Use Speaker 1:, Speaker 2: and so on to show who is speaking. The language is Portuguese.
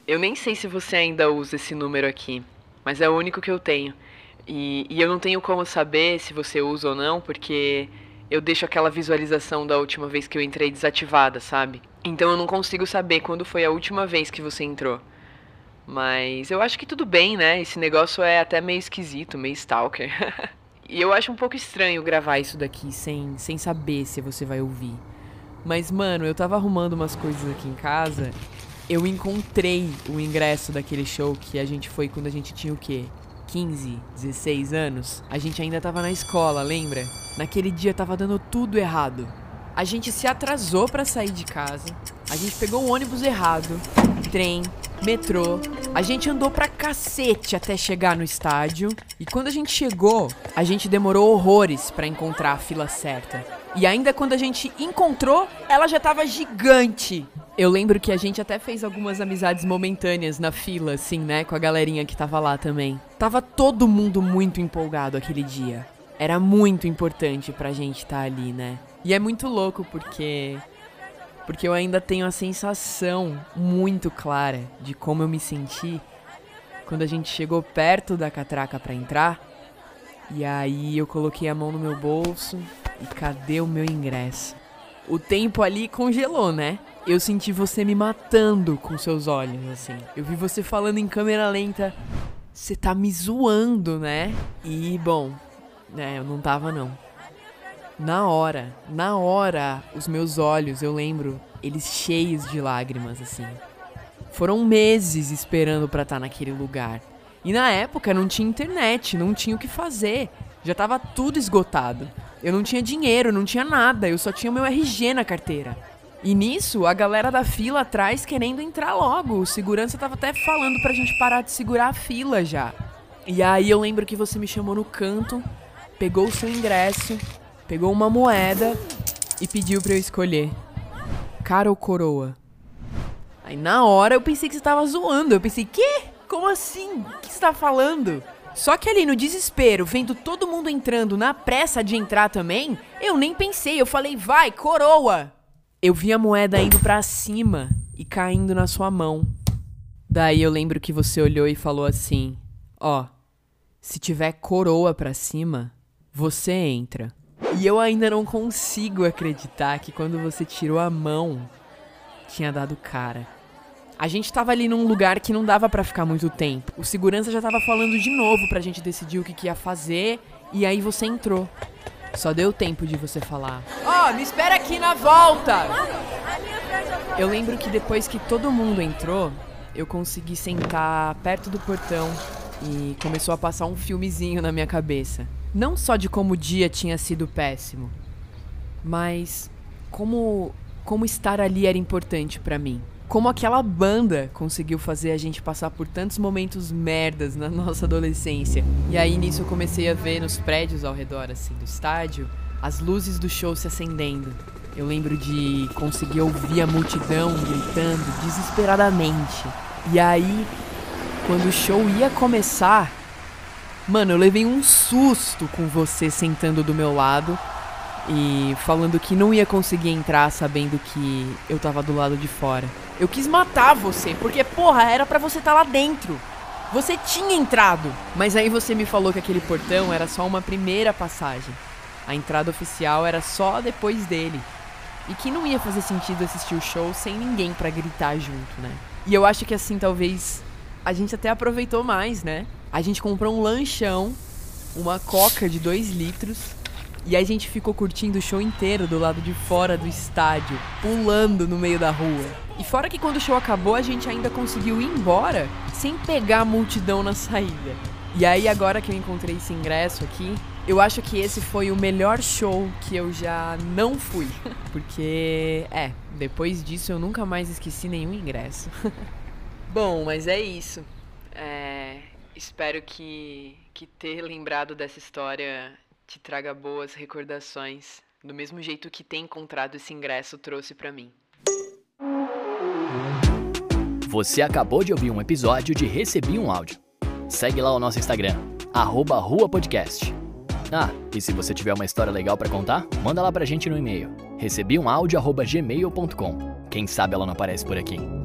Speaker 1: Eu nem sei se você ainda usa esse número aqui, mas é o único que eu tenho. E eu não tenho como saber se você usa ou não, porque eu deixo aquela visualização da última vez que eu entrei desativada, sabe? Então eu não consigo saber quando foi a última vez que você entrou. Mas eu acho que tudo bem, né? Esse negócio é até meio esquisito, meio stalker. E eu acho um pouco estranho gravar isso daqui sem saber se você vai ouvir. Mas, mano, eu tava arrumando umas coisas aqui em casa. Eu encontrei o ingresso daquele show que a gente foi quando a gente tinha o quê? 15, 16 anos? A gente ainda tava na escola, lembra? Naquele dia tava dando tudo errado. A gente se atrasou pra sair de casa. A gente pegou o ônibus errado, trem, metrô. A gente andou pra cacete até chegar no estádio. E quando a gente chegou, a gente demorou horrores pra encontrar a fila certa. E ainda quando a gente encontrou, ela já tava gigante. Eu lembro que a gente até fez algumas amizades momentâneas na fila, assim, né? Com a galerinha que tava lá também. Tava todo mundo muito empolgado aquele dia. Era muito importante pra gente estar ali, né? E é muito louco porque eu ainda tenho a sensação muito clara de como eu me senti quando a gente chegou perto da catraca pra entrar. E aí eu coloquei a mão no meu bolso e cadê o meu ingresso? O tempo ali congelou, né? Eu senti você me matando com seus olhos, assim. Eu vi você falando em câmera lenta. Você tá me zoando, né? E, bom, eu não tava, não. Na hora, os meus olhos, eu lembro, eles cheios de lágrimas, assim. Foram meses esperando pra estar naquele lugar. E na época não tinha internet, não tinha o que fazer. Já tava tudo esgotado. Eu não tinha dinheiro, não tinha nada, eu só tinha o meu RG na carteira. E nisso, a galera da fila atrás querendo entrar logo. O segurança tava até falando pra gente parar de segurar a fila já. E aí eu lembro que você me chamou no canto, pegou o seu ingresso, pegou uma moeda e pediu pra eu escolher. Cara ou coroa? Aí na hora eu pensei que você tava zoando. Eu pensei, quê? Como assim? O que você tá falando? Só que ali no desespero, vendo todo mundo entrando na pressa de entrar também, eu nem pensei, eu falei, vai, coroa! Eu vi a moeda indo pra cima e caindo na sua mão. Daí eu lembro que você olhou e falou assim, ó, se tiver coroa pra cima, você entra. E eu ainda não consigo acreditar que quando você tirou a mão, tinha dado cara. A gente tava ali num lugar que não dava pra ficar muito tempo. O segurança já tava falando de novo pra gente decidir o que ia fazer, e aí você entrou. Só deu tempo de você falar, ó, me espera aqui na volta! Eu lembro que depois que todo mundo entrou, eu consegui sentar perto do portão e começou a passar um filmezinho na minha cabeça. Não só de como o dia tinha sido péssimo, mas como estar ali era importante pra mim. Como aquela banda conseguiu fazer a gente passar por tantos momentos merdas na nossa adolescência. E aí nisso eu comecei a ver nos prédios ao redor assim do estádio, as luzes do show se acendendo. Eu lembro de conseguir ouvir a multidão gritando desesperadamente. E aí, quando o show ia começar, mano, eu levei um susto com você sentando do meu lado e falando que não ia conseguir entrar sabendo que eu tava do lado de fora. Eu quis matar você, porque, porra, era pra você estar lá dentro. Você tinha entrado. Mas aí você me falou que aquele portão era só uma primeira passagem. A entrada oficial era só depois dele. E que não ia fazer sentido assistir o show sem ninguém pra gritar junto, né? E eu acho que assim, talvez, a gente até aproveitou mais, né? A gente comprou um lanchão, uma coca de 2 litros... E aí a gente ficou curtindo o show inteiro do lado de fora do estádio, pulando no meio da rua. E fora que quando o show acabou, a gente ainda conseguiu ir embora sem pegar a multidão na saída. E aí agora que eu encontrei esse ingresso aqui, eu acho que esse foi o melhor show que eu já não fui. Porque, depois disso eu nunca mais esqueci nenhum ingresso. Bom, mas é isso. Espero que ter lembrado dessa história te traga boas recordações, do mesmo jeito que ter encontrado esse ingresso trouxe pra mim.
Speaker 2: Você acabou de ouvir um episódio de Recebi um Áudio. Segue lá o nosso Instagram, @ruapodcast. E se você tiver uma história legal pra contar, manda lá pra gente no e-mail, recebiumaudio@gmail.com. Quem sabe ela não aparece por aqui.